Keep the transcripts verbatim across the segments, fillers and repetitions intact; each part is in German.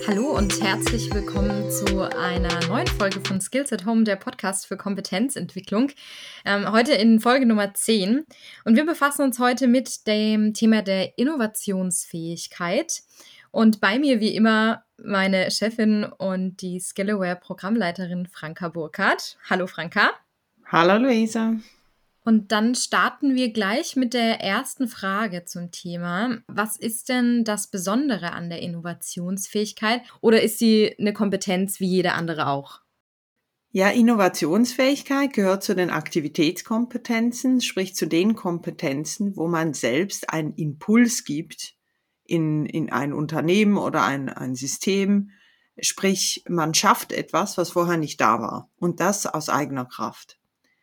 Hallo und herzlich willkommen zu einer neuen Folge von Skills at Home, der Podcast für Kompetenzentwicklung. Ähm, heute in Folge Nummer zehn. Und wir befassen uns heute mit dem Thema der Innovationsfähigkeit. Und bei mir wie immer meine Chefin und die Skillaware-Programmleiterin Franka Burkhardt. Hallo Franka. Hallo Luisa. Und dann starten wir gleich mit der ersten Frage zum Thema. Was ist denn das Besondere an der Innovationsfähigkeit oder ist sie eine Kompetenz wie jede andere auch? Ja, Innovationsfähigkeit gehört zu den Aktivitätskompetenzen, sprich zu den Kompetenzen, wo man selbst einen Impuls gibt in, in ein Unternehmen oder ein, ein System. Sprich, man schafft etwas, was vorher nicht da war, und das aus eigener Kraft.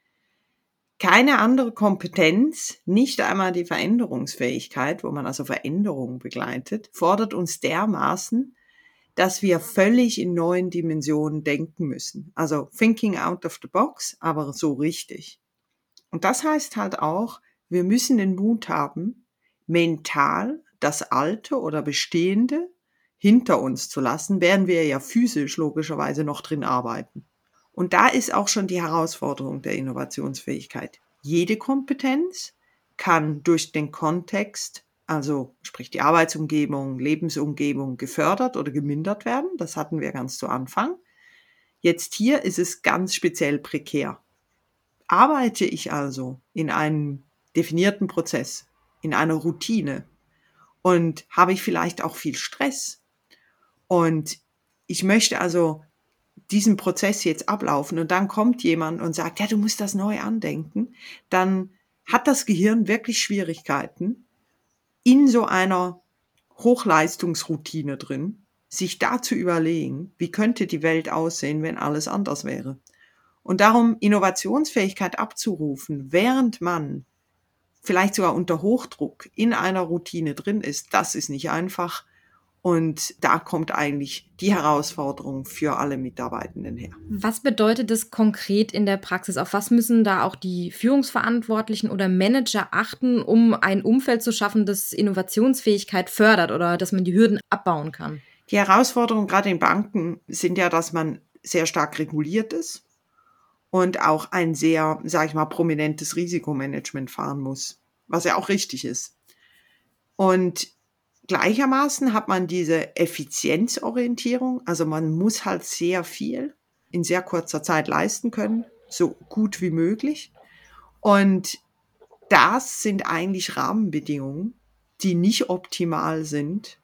Keine andere Kompetenz, nicht einmal die Veränderungsfähigkeit, wo man also Veränderungen begleitet, fordert uns dermaßen, dass wir völlig in neuen Dimensionen denken müssen. Also thinking out of the box, aber so richtig. Und das heißt halt auch, wir müssen den Mut haben, mental das Alte oder Bestehende hinter uns zu lassen, während wir ja physisch logischerweise noch drin arbeiten. Und da ist auch schon die Herausforderung der Innovationsfähigkeit. Jede Kompetenz kann durch den Kontext, also sprich die Arbeitsumgebung, Lebensumgebung, gefördert oder gemindert werden. Das hatten wir ganz zu Anfang. Jetzt hier ist es ganz speziell prekär. Arbeite ich also in einem definierten Prozess, in einer Routine und habe ich vielleicht auch viel Stress und ich möchte also diesen Prozess jetzt ablaufen und dann kommt jemand und sagt, ja, du musst das neu andenken, dann hat das Gehirn wirklich Schwierigkeiten, in so einer Hochleistungsroutine drin, sich da zu überlegen, wie könnte die Welt aussehen, wenn alles anders wäre. Und darum Innovationsfähigkeit abzurufen, während man vielleicht sogar unter Hochdruck in einer Routine drin ist, das ist nicht einfach. Und da kommt eigentlich die Herausforderung für alle Mitarbeitenden her. Was bedeutet das konkret in der Praxis? Auf was müssen da auch die Führungsverantwortlichen oder Manager achten, um ein Umfeld zu schaffen, das Innovationsfähigkeit fördert oder dass man die Hürden abbauen kann? Die Herausforderungen gerade in Banken sind ja, dass man sehr stark reguliert ist und auch ein sehr, sage ich mal, prominentes Risikomanagement fahren muss, was ja auch richtig ist. Und gleichermaßen hat man diese Effizienzorientierung, also man muss halt sehr viel in sehr kurzer Zeit leisten können, so gut wie möglich. Und das sind eigentlich Rahmenbedingungen, die nicht optimal sind,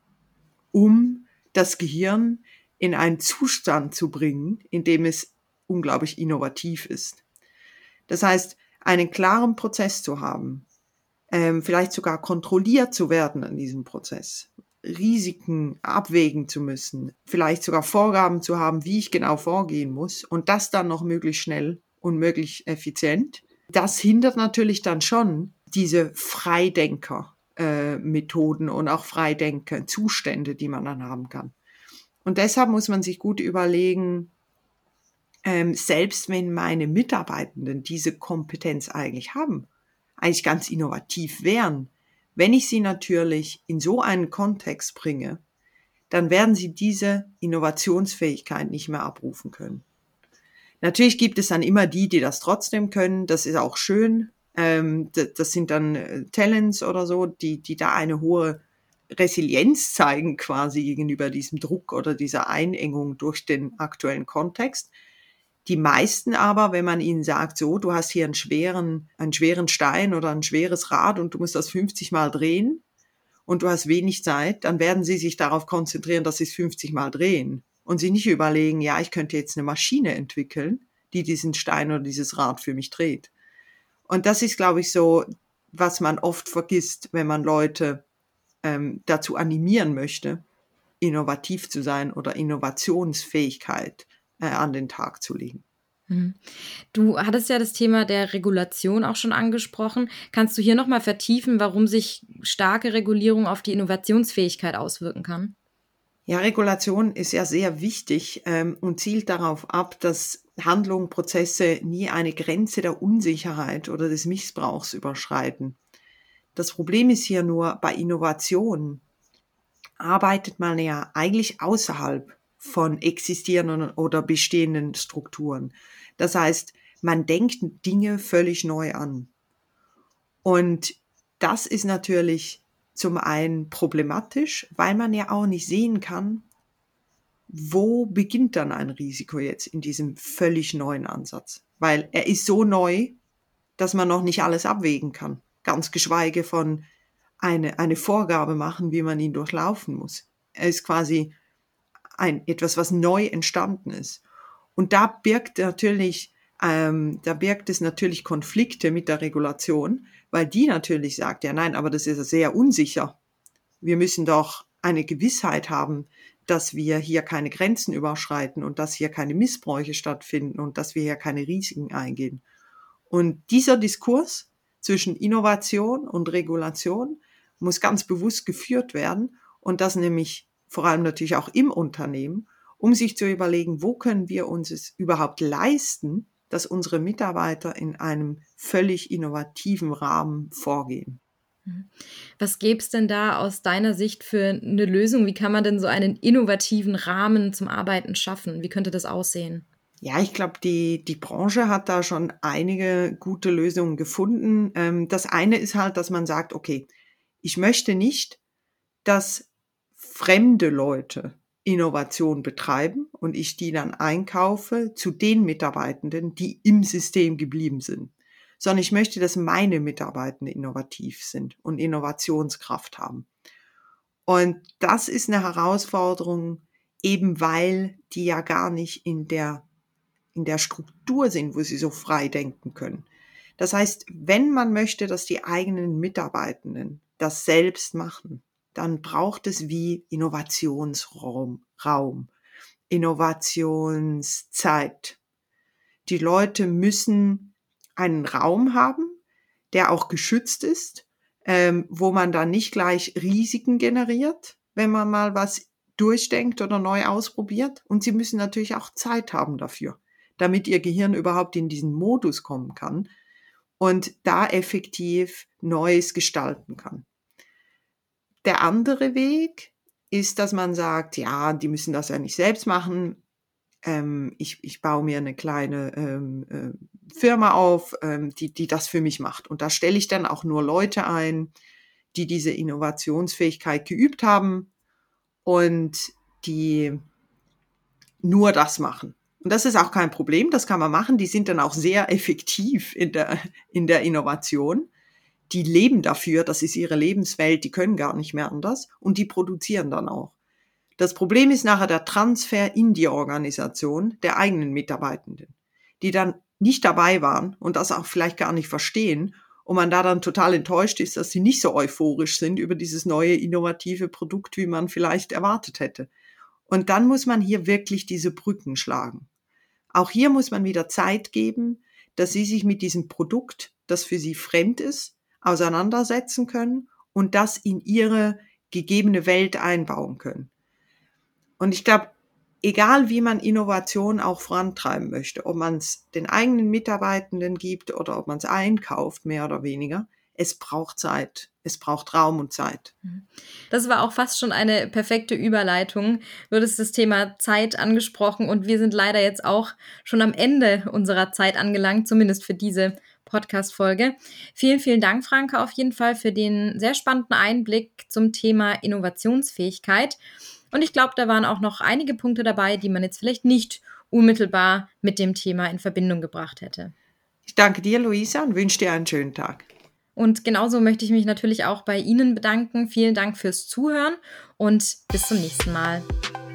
um das Gehirn in einen Zustand zu bringen, in dem es unglaublich innovativ ist. Das heißt, einen klaren Prozess zu haben, ähm, vielleicht sogar kontrolliert zu werden an diesem Prozess, Risiken abwägen zu müssen, vielleicht sogar Vorgaben zu haben, wie ich genau vorgehen muss und das dann noch möglichst schnell und möglichst effizient. Das hindert natürlich dann schon diese Freidenker-Methoden äh, und auch Freidenker-Zustände, die man dann haben kann. Und deshalb muss man sich gut überlegen, ähm, selbst wenn meine Mitarbeitenden diese Kompetenz eigentlich haben, eigentlich ganz innovativ wären, wenn ich sie natürlich in so einen Kontext bringe, dann werden sie diese Innovationsfähigkeit nicht mehr abrufen können. Natürlich gibt es dann immer die, die das trotzdem können, das ist auch schön, ähm, das sind dann Talents oder so, die, die da eine hohe Resilienz zeigen quasi gegenüber diesem Druck oder dieser Einengung durch den aktuellen Kontext. Die meisten aber, wenn man ihnen sagt, so, du hast hier einen schweren, einen schweren Stein oder ein schweres Rad und du musst das fünfzig Mal drehen und du hast wenig Zeit, dann werden sie sich darauf konzentrieren, dass sie es fünfzig Mal drehen und sie nicht überlegen, ja, ich könnte jetzt eine Maschine entwickeln, die diesen Stein oder dieses Rad für mich dreht. Und das ist, glaube ich, so, was man oft vergisst, wenn man Leute ähm, dazu animieren möchte, innovativ zu sein oder Innovationsfähigkeit äh, an den Tag zu legen. Du hattest ja das Thema der Regulation auch schon angesprochen. Kannst du hier nochmal vertiefen, warum sich starke Regulierung auf die Innovationsfähigkeit auswirken kann? Ja, Regulation ist ja sehr wichtig ähm, und zielt darauf ab, dass Handlungen, Prozesse nie eine Grenze der Unsicherheit oder des Missbrauchs überschreiten. Das Problem ist hier nur bei Innovation, arbeitet man ja eigentlich außerhalb von existierenden oder bestehenden Strukturen. Das heißt, man denkt Dinge völlig neu an. Und das ist natürlich zum einen problematisch, weil man ja auch nicht sehen kann, wo beginnt dann ein Risiko jetzt in diesem völlig neuen Ansatz. Weil er ist so neu, dass man noch nicht alles abwägen kann. Ganz geschweige von eine, eine Vorgabe machen, wie man ihn durchlaufen muss. Er ist quasi ein, etwas, was neu entstanden ist. Und da birgt natürlich, ähm, da birgt es natürlich Konflikte mit der Regulation, weil die natürlich sagt, ja nein, aber das ist ja sehr unsicher. Wir müssen doch eine Gewissheit haben, dass wir hier keine Grenzen überschreiten und dass hier keine Missbräuche stattfinden und dass wir hier keine Risiken eingehen. Und dieser Diskurs zwischen Innovation und Regulation muss ganz bewusst geführt werden und das nämlich vor allem natürlich auch im Unternehmen, um sich zu überlegen, wo können wir uns es überhaupt leisten, dass unsere Mitarbeiter in einem völlig innovativen Rahmen vorgehen. Was gäbe es denn da aus deiner Sicht für eine Lösung? Wie kann man denn so einen innovativen Rahmen zum Arbeiten schaffen? Wie könnte das aussehen? Ja, ich glaube, die, die Branche hat da schon einige gute Lösungen gefunden. Ähm, das eine ist halt, dass man sagt, okay, ich möchte nicht, dass fremde Leute Innovation betreiben und ich die dann einkaufe zu den Mitarbeitenden, die im System geblieben sind, sondern ich möchte, dass meine Mitarbeitenden innovativ sind und Innovationskraft haben. Und das ist eine Herausforderung, eben weil die ja gar nicht in der in der Struktur sind, wo sie so frei denken können. Das heißt, wenn man möchte, dass die eigenen Mitarbeitenden das selbst machen, dann braucht es wie Innovationsraum, Raum, Innovationszeit. Die Leute müssen einen Raum haben, der auch geschützt ist, ähm, wo man dann nicht gleich Risiken generiert, wenn man mal was durchdenkt oder neu ausprobiert. Und sie müssen natürlich auch Zeit haben dafür, damit ihr Gehirn überhaupt in diesen Modus kommen kann und da effektiv Neues gestalten kann. Der andere Weg ist, dass man sagt, ja, die müssen das ja nicht selbst machen. Ähm, ich, ich baue mir eine kleine ähm, äh, Firma auf, ähm, die, die das für mich macht. Und da stelle ich dann auch nur Leute ein, die diese Innovationsfähigkeit geübt haben und die nur das machen. Und das ist auch kein Problem, das kann man machen. Die sind dann auch sehr effektiv in der, in der Innovation. Die leben dafür, das ist ihre Lebenswelt, die können gar nicht mehr anders und die produzieren dann auch. Das Problem ist nachher der Transfer in die Organisation der eigenen Mitarbeitenden, die dann nicht dabei waren und das auch vielleicht gar nicht verstehen und man da dann total enttäuscht ist, dass sie nicht so euphorisch sind über dieses neue innovative Produkt, wie man vielleicht erwartet hätte. Und dann muss man hier wirklich diese Brücken schlagen. Auch hier muss man wieder Zeit geben, dass sie sich mit diesem Produkt, das für sie fremd ist, auseinandersetzen können und das in ihre gegebene Welt einbauen können. Und ich glaube, egal wie man Innovation auch vorantreiben möchte, ob man es den eigenen Mitarbeitenden gibt oder ob man es einkauft, mehr oder weniger, es braucht Zeit. Es braucht Raum und Zeit. Das war auch fast schon eine perfekte Überleitung. Du hattest das Thema Zeit angesprochen und wir sind leider jetzt auch schon am Ende unserer Zeit angelangt, zumindest für diese Podcast-Folge. Vielen, vielen Dank, Franka, auf jeden Fall für den sehr spannenden Einblick zum Thema Innovationsfähigkeit. Und ich glaube, da waren auch noch einige Punkte dabei, die man jetzt vielleicht nicht unmittelbar mit dem Thema in Verbindung gebracht hätte. Ich danke dir, Luisa, und wünsche dir einen schönen Tag. Und genauso möchte ich mich natürlich auch bei Ihnen bedanken. Vielen Dank fürs Zuhören und bis zum nächsten Mal.